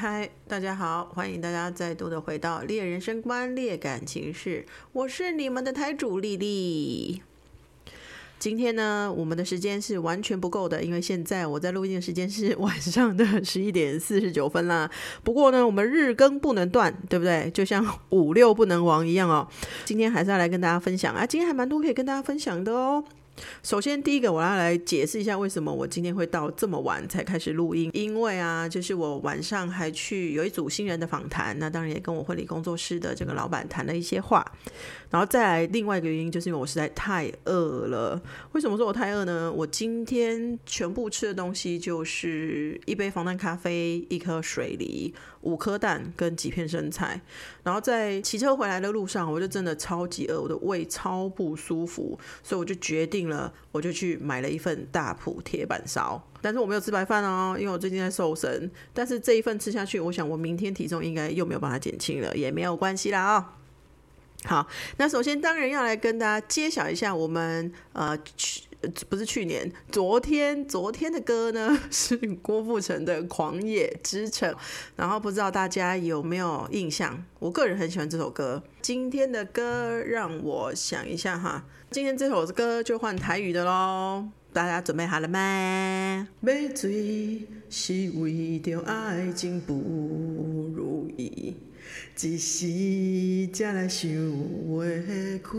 嗨，大家好，欢迎大家再度的回到猎人生观、猎感情事，我是你们的台主丽丽。今天呢，我们的时间是完全不够的，因为现在我在录音的时间是晚上的11:49啦。不过呢，我们日更不能断，对不对？就像5、6不能亡一样哦。今天还是要来跟大家分享啊，今天还蛮多可以跟大家分享的哦。首先第一个我要来解释一下为什么我今天会到这么晚才开始录音，因为啊就是我晚上还去有一组新人的访谈，那当然也跟我婚礼工作室的这个老板谈了一些话，然后再来另外一个原因就是因为我实在太饿了。为什么说我太饿呢？我今天全部吃的东西就是1杯防弹咖啡、1颗水梨、5颗蛋跟几片生菜，然后在骑车回来的路上我就真的超级饿，我的胃超不舒服，所以我就决定了，我就去买了一份大埔铁板烧。但是我没有吃白饭哦，因为我最近在瘦身，但是这一份吃下去，我想我明天体重应该又没有办法减轻了，也没有关系啦哦。好，那首先当然要来跟大家揭晓一下我们不是去年，昨天的歌呢是郭富城的《狂野之城》，然后不知道大家有没有印象？我个人很喜欢这首歌。今天的歌让我想一下哈，今天这首歌就换台语的咯，大家准备好了吗？要水是为着爱情不如意，一时才来想袂开。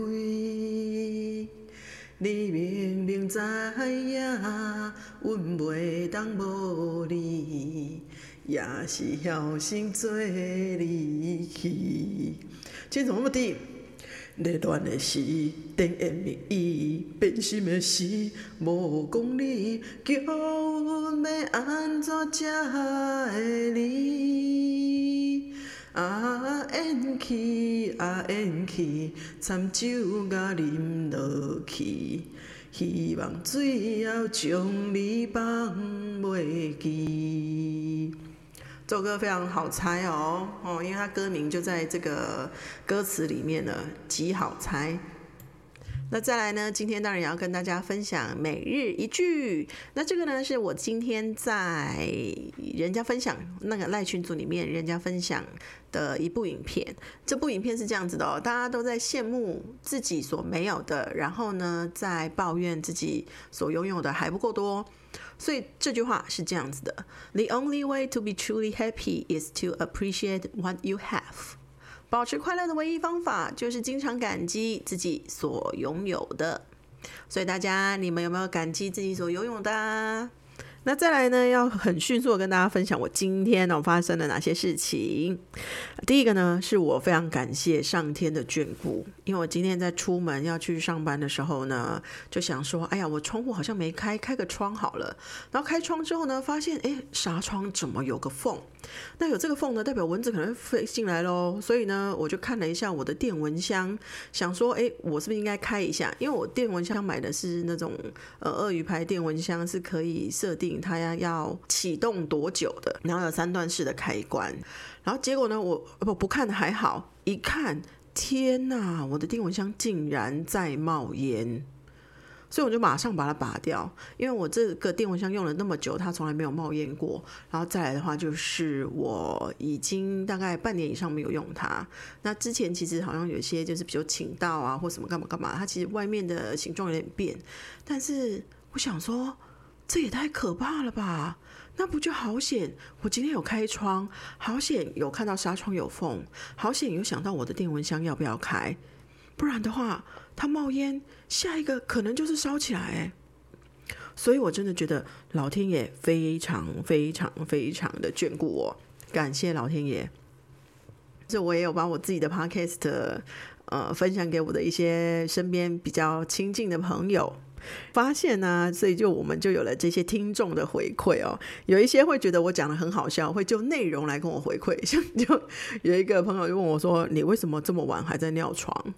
你明明知影，阮袂当无你，也是晓心做离去。今天怎么那么低？热恋的时，甜言蜜语，变心的时，无讲理，叫阮要安怎才会离？啊演去，啊演去，惨酒甲啉落去，希望最后将你放袂记。这首歌非常好猜哦，因为它歌名就在这个歌词里面了，极好猜。那再来呢，今天当然也要跟大家分享每日一句。那这个呢，是我今天在人家分享那个赖群组里面人家分享的一部影片。这部影片是这样子的哦，大家都在羡慕自己所没有的，然后呢，在抱怨自己所拥有的还不够多。所以这句话是这样子的 ：The only way to be truly happy is to appreciate what you have。保持快乐的唯一方法就是经常感激自己所拥有的。所以大家，你们有没有感激自己所拥有的啊？那再来呢，要很迅速的跟大家分享我今天发生了哪些事情。第一个呢，是我非常感谢上天的眷顾，因为我今天在出门要去上班的时候呢，就想说，哎呀，我窗户好像没开，开个窗好了。然后开窗之后呢，发现纱窗怎么有个缝？那有这个缝呢，代表蚊子可能会飞进来咯。所以呢，我就看了一下我的电蚊香，想说，我是不是应该开一下？因为我电蚊香买的是那种鳄鱼牌电蚊香，是可以设定它要启动多久的，然后有3段式的开关。然后结果呢，我不看还好，一看，天哪，我的电蚊香竟然在冒烟。所以我就马上把它拔掉，因为我这个电蚊香用了那么久，它从来没有冒烟过。然后再来的话，就是我已经大概半年以上没有用它。那之前其实好像有一些就是比如倾倒啊，或什么干嘛干嘛，它其实外面的形状有点变。但是我想说，这也太可怕了吧！那不就好险？我今天有开窗，好险有看到纱窗有缝，好险有想到我的电蚊香要不要开。不然的话，它冒烟，下一个可能就是烧起来。所以我真的觉得老天爷非常非常非常的眷顾我，感谢老天爷。这我也有把我自己的 podcast 分享给我的一些身边比较亲近的朋友，发现啊，所以我们就有了这些听众的回馈哦。有一些会觉得我讲的很好笑，会就内容来跟我回馈。像就有一个朋友就问我说：“你为什么这么晚还在尿床？”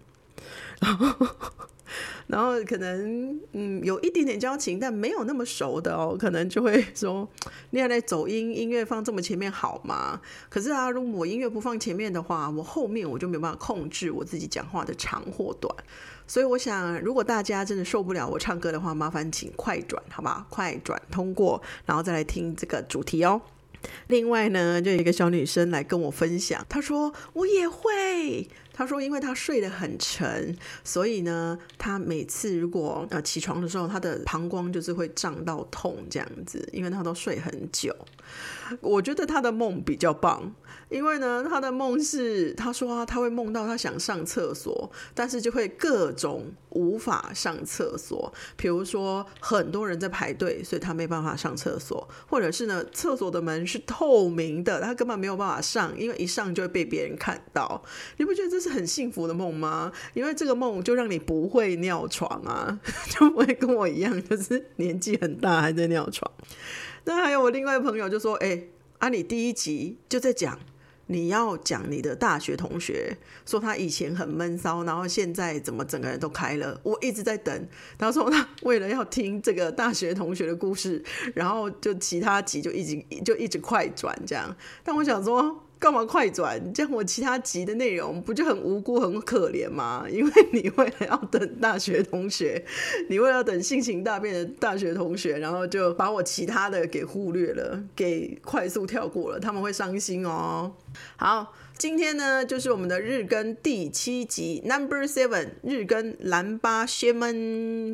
然后可能有一点点交情，但没有那么熟的哦，可能就会说：“你要在走音乐放这么前面好吗？”可是啊，如果我音乐不放前面的话，我后面我就没有办法控制我自己讲话的长或短。所以我想，如果大家真的受不了我唱歌的话，麻烦请快转，好吧？快转通过，然后再来听这个主题哦。 另外呢，就有一个小女生来跟我分享，她说我也会。她说因为她睡得很沉，所以呢她每次如果起床的时候，她的膀胱就是会胀到痛这样子，因为她都睡很久。我觉得她的梦比较棒，因为呢她的梦是她说她会梦到她想上厕所，但是就会各种无法上厕所，比如说很多人在排队，所以她没办法上厕所，或者是呢厕所的门是透明的，她根本没有办法上，因为一上就会被别人看到。你不觉得这是很幸福的梦吗？因为这个梦就让你不会尿床啊，就不会跟我一样就是年纪很大还在尿床。那还有我另外一个朋友就说你第一集就在讲你要讲你的大学同学，说他以前很闷骚，然后现在怎么整个人都开了。我一直在等，他说他为了要听这个大学同学的故事，然后就其他集就一直快转这样。但我想说，干嘛快转？这样我其他集的内容不就很无辜、很可怜吗？因为你为了要等大学同学，你为了要等性情大变的大学同学，然后就把我其他的给忽略了，给快速跳过了，他们会伤心哦。好，今天呢就是我们的日更第7集 No.7 日更蓝巴谢门。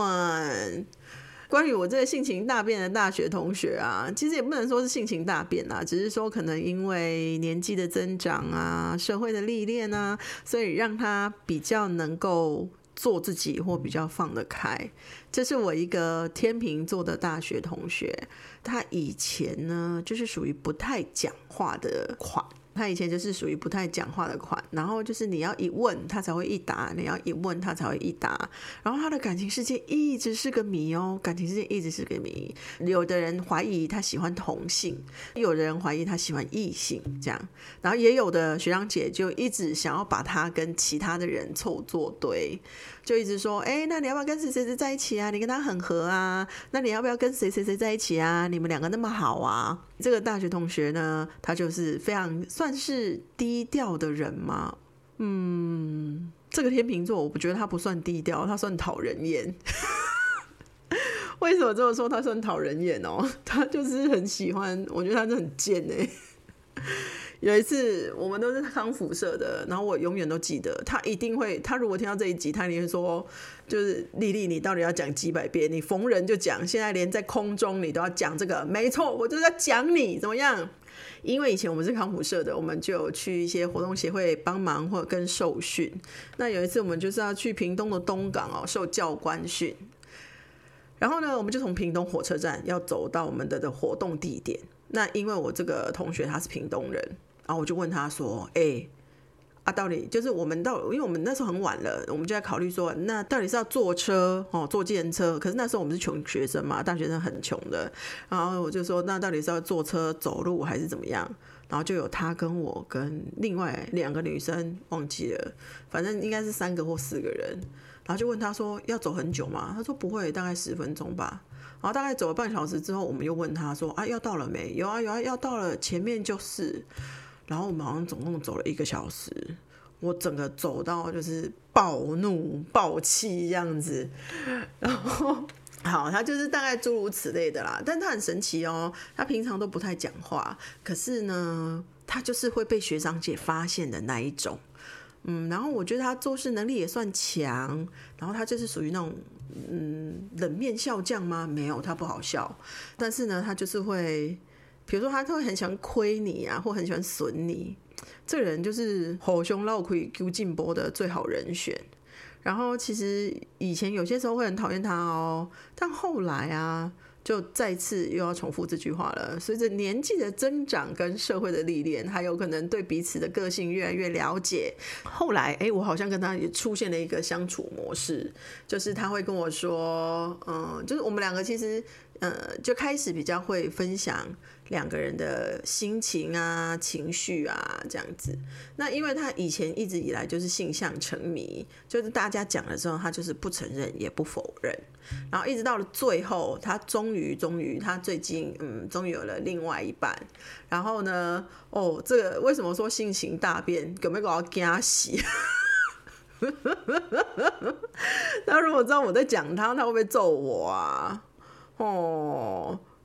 关于我这个性情大变的大学同学啊，其实也不能说是性情大变啊，只是说可能因为年纪的增长啊，社会的历练啊，所以让他比较能够做自己或比较放得开。这是我一个天秤座的大学同学，他以前呢就是属于不太讲话的款，他以前就是属于不太讲话的款，然后就是你要一问他才会一答，你要一问他才会一答，然后他的感情世界一直是个谜哦，感情世界一直是个谜。有的人怀疑他喜欢同性，有的人怀疑他喜欢异性这样，然后也有的学长姐就一直想要把他跟其他的人凑作堆，就一直说那你要不要跟谁谁谁在一起啊，你跟他很合啊，那你要不要跟谁谁谁在一起啊，你们两个那么好啊。这个大学同学呢，他就是非常算是低调的人吗？这个天秤座我不觉得他不算低调，他算讨人厌。为什么这么说他算讨人厌哦？他就是很喜欢，我觉得他真的很贱有一次我们都是康复社的，然后我永远都记得他一定会，他如果听到这一集，他一定会说，就是丽丽你到底要讲几百遍，你逢人就讲，现在连在空中你都要讲这个，没错，我就是要讲你怎么样。因为以前我们是康复社的，我们就有去一些活动协会帮忙或者跟受训。那有一次我们就是要去屏东的东港受教官训，然后呢我们就从屏东火车站要走到我们的活动地点。那因为我这个同学他是屏东人，然后我就问他说到底就是因为我们那时候很晚了，我们就在考虑说，那到底是要坐车坐计程车，可是那时候我们是穷学生嘛，大学生很穷的，然后我就说那到底是要坐车走路还是怎么样，然后就有他跟我跟另外2个女生忘记了，反正应该是3个或4个人，然后就问他说要走很久吗？他说不会，大概10分钟吧。然后大概走了半小时之后，我们又问他说要到了没？有啊要到了，前面就是。然后我们好像总共走了1个小时，我整个走到就是暴怒暴气这样子，然后好，他就是大概诸如此类的啦。但他很神奇哦，他平常都不太讲话，可是呢他就是会被学长姐发现的那一种。然后我觉得他做事能力也算强，然后他就是属于那种冷面笑匠吗？没有，他不好笑，但是呢他就是会，比如说他会很喜欢亏你啊，或很喜欢损你，这个人就是虎胸绕亏揪进波的最好人选。然后其实以前有些时候会很讨厌他哦，但后来啊就再次又要重复这句话了，随着年纪的增长跟社会的历练，还有可能对彼此的个性越来越了解，后来我好像跟他也出现了一个相处模式，就是他会跟我说就是我们2个其实就开始比较会分享2个人的心情啊情绪啊这样子。那因为他以前一直以来就是性向沉迷，就是大家讲了之后他就是不承认也不否认，然后一直到了最后他终于他最近终于有了另外一半。然后呢这个为什么说性情大变，有没有要惊死他如果知道我在讲他会不会揍我啊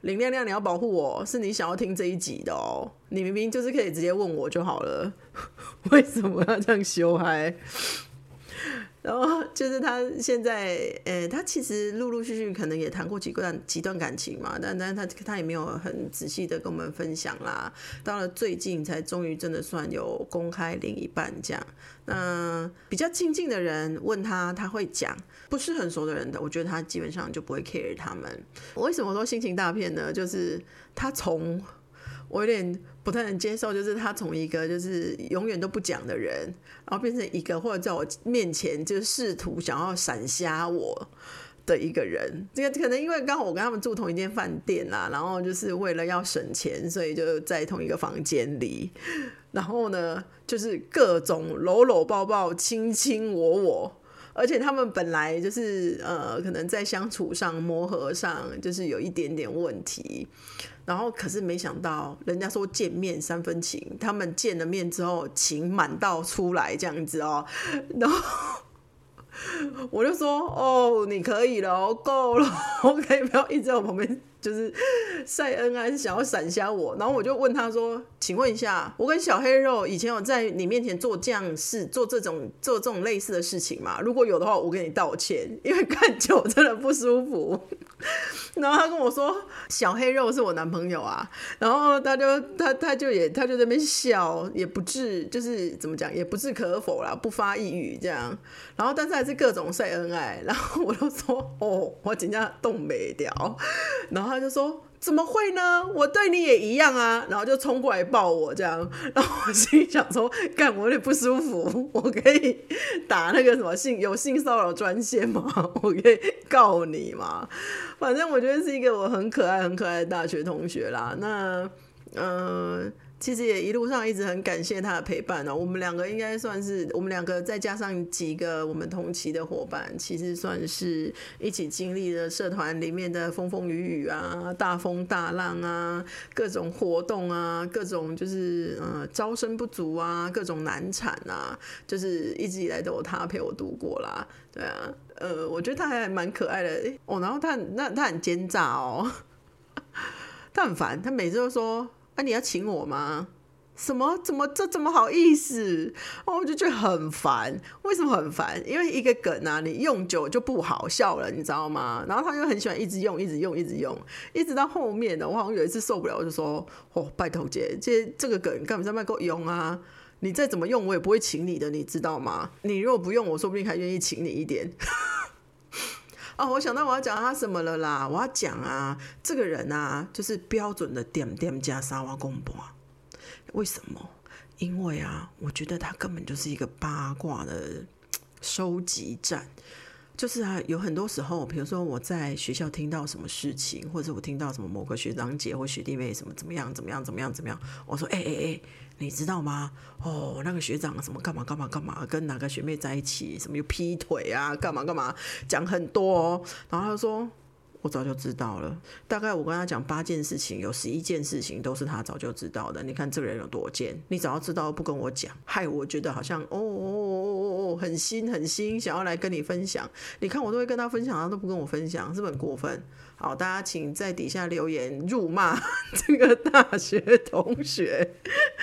林亮亮，你要保护我，是你想要听这一集的哦。你明明就是可以直接问我就好了，为什么要这样羞嗨？然后就是他现在，他其实陆陆续续可能也谈过几段感情嘛，但他也没有很仔细的跟我们分享啦。到了最近才终于真的算有公开另一半这样。那比较亲近的人问他，他会讲；不是很熟的人的，我觉得他基本上就不会 care 他们。我为什么说心情大片呢？就是他从我有点不太能接受，就是他从一个就是永远都不讲的人，然后变成一个或者在我面前就试图想要闪瞎我的一个人。这个可能因为刚好我跟他们住同一间饭店啦，然后就是为了要省钱，所以就在同一个房间里。然后呢，就是各种搂搂抱抱、卿卿我我。而且他们本来就是可能在相处上磨合上就是有一点点问题，然后可是没想到人家说见面三分情，他们见了面之后情满到出来这样子哦，然后我就说哦，你可以了哦，够了，我可以不要一直在我旁边就是晒恩爱，是想要闪瞎我。然后我就问他说，请问一下，我跟小黑肉以前有在你面前做这样事，做这种类似的事情吗？如果有的话，我跟你道歉，因为看久真的不舒服。然后他跟我说，小黑肉是我男朋友啊。然后他就在那边笑，也不置就是怎么讲，也不置可否啦，不发一语这样。然后但是还是各种晒恩爱。然后我就说哦，我真的冻不掉。然后他就说怎么会呢？我对你也一样啊！然后就冲过来抱我这样，然后我心里想说，干，我有点不舒服，我可以打那个什么有性骚扰专线吗？我可以告你吗？反正我觉得是一个我很可爱的大学同学啦。那其实也一路上一直很感谢他的陪伴哦。我们两个应该算是，我们两个再加上几个我们同期的伙伴，其实算是一起经历了社团里面的风风雨雨啊，大风大浪啊，各种活动啊，各种就是招生不足啊，各种难产啊，就是一直以来都有他陪我度过啦。对啊，我觉得他还蛮可爱的哦。然后他很奸诈哦，他很烦，他每次都说。你要请我吗？什么？怎么好意思？我就觉得很烦。为什么很烦？因为一个梗啊，你用久就不好笑了，你知道吗？然后他又很喜欢一直用，一直到后面的，我好像有一次受不了，我就说：“哦，拜托姐，这个梗干嘛在卖够用啊？你再怎么用，我也不会请你的，你知道吗？你如果不用，我说不定还愿意请你一点。”哦，我想到我要讲他什么了啦！我要讲啊，这个人啊，就是标准的点点加沙瓦公婆。为什么？因为啊，我觉得他根本就是一个八卦的收集站。就是啊，有很多时候，比如说我在学校听到什么事情，或者我听到什么某个学长姐或学弟妹什么怎么样，我说你知道吗？哦，那个学长什么干嘛，跟哪个学妹在一起，什么又劈腿啊，干嘛，讲很多哦。然后他就说，我早就知道了。大概我跟他讲8件事情，有11件事情都是他早就知道的。你看这个人有多贱，你早就知道不跟我讲，害我觉得好像很新，想要来跟你分享。你看我都会跟他分享，他都不跟我分享，是不是很过分？好，大家请在底下留言辱骂这个大学同学。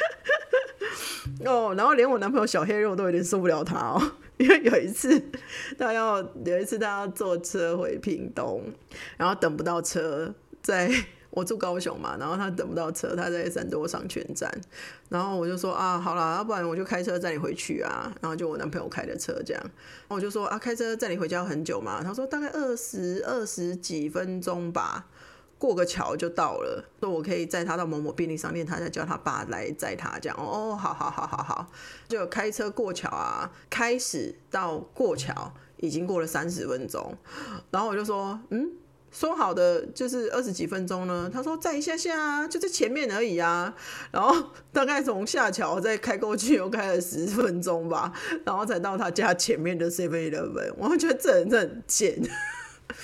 然后连我男朋友小黑肉都有点受不了他哦，因为有一次他要坐车回屏东，然后等不到车，我住高雄嘛，然后他等不到车，他在三多商圈站，然后我就说啊，好啦，要不然我就开车载你回去啊，然后就我男朋友开的车这样，然后我就说啊，开车载你回家要很久嘛，他说大概20几分钟吧。过个桥就到了，说我可以载他到某某便利商店，他再叫他爸来载他这样。好，就开车过桥啊，开始到过桥已经过了30分钟，然后我就说说好的就是20几分钟呢，他说再一下下就在前面而已啊，然后大概从下桥再开过去又开了10分钟吧，然后才到他家前面的 7-Eleven， 我觉得这人真的很贱。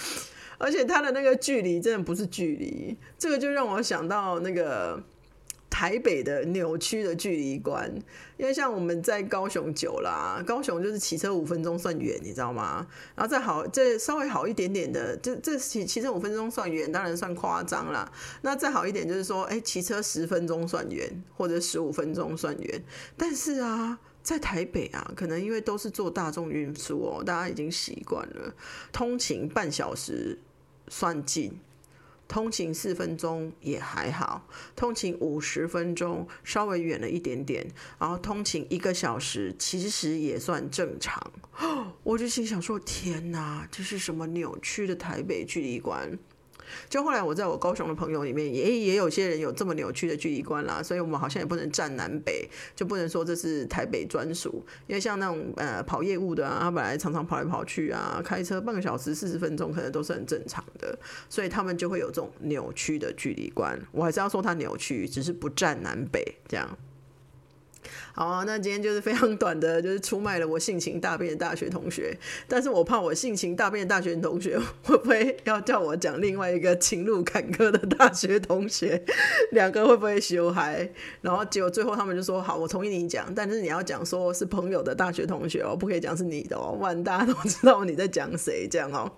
而且他的那个距离真的不是距离，这个就让我想到那个台北的扭曲的距离观，因为像我们在高雄久啦，高雄就是骑车5分钟算远，你知道吗？然后再稍微好一点点的，这骑车5分钟算远，当然算夸张啦。那再好一点就是说，骑车10分钟算远，或者15分钟算远。但是啊，在台北啊，可能因为都是坐大众运输哦，大家已经习惯了，通勤半小时算近。通勤4分钟也还好，通勤50分钟稍微远了一点点，然后通勤1个小时其实也算正常。我就心想说，天哪，这是什么扭曲的台北距离观？就后来我在我高雄的朋友里面也有些人有这么扭曲的距离观啦，所以我们好像也不能站南北，就不能说这是台北专属。因为像那种跑业务的啊，他本来常常跑来跑去啊，开车半个小时40分钟可能都是很正常的，所以他们就会有这种扭曲的距离观。我还是要说它扭曲，只是不站南北这样。好啊，那今天就是非常短的，就是出卖了我性情大变的大学同学。但是我怕我性情大变的大学同学会不会要叫我讲另外一个情路坎坷的大学同学，两个会不会羞嗨？然后结果最后他们就说好，我同意你讲，但是你要讲说是朋友的大学同学哦，不可以讲是你的哦，不然大家都知道你在讲谁这样哦。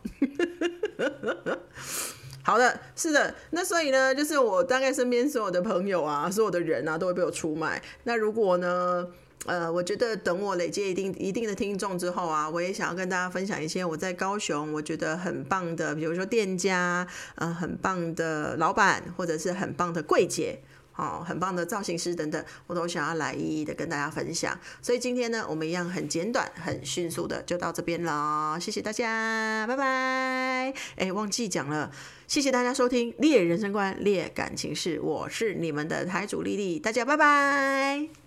好的，是的，那所以呢，就是我大概身边所有的朋友啊，所有的人啊，都会被我出卖。那如果呢，我觉得等我累积一定的听众之后啊，我也想要跟大家分享一些我在高雄我觉得很棒的，比如说店家，很棒的老板，或者是很棒的柜姐。很棒的造型师等等，我都想要来一一的跟大家分享。所以今天呢，我们一样很简短、很迅速的就到这边了。谢谢大家，拜拜。忘记讲了，谢谢大家收听《猎人生观猎感情事》，我是你们的台主丽丽，大家拜拜。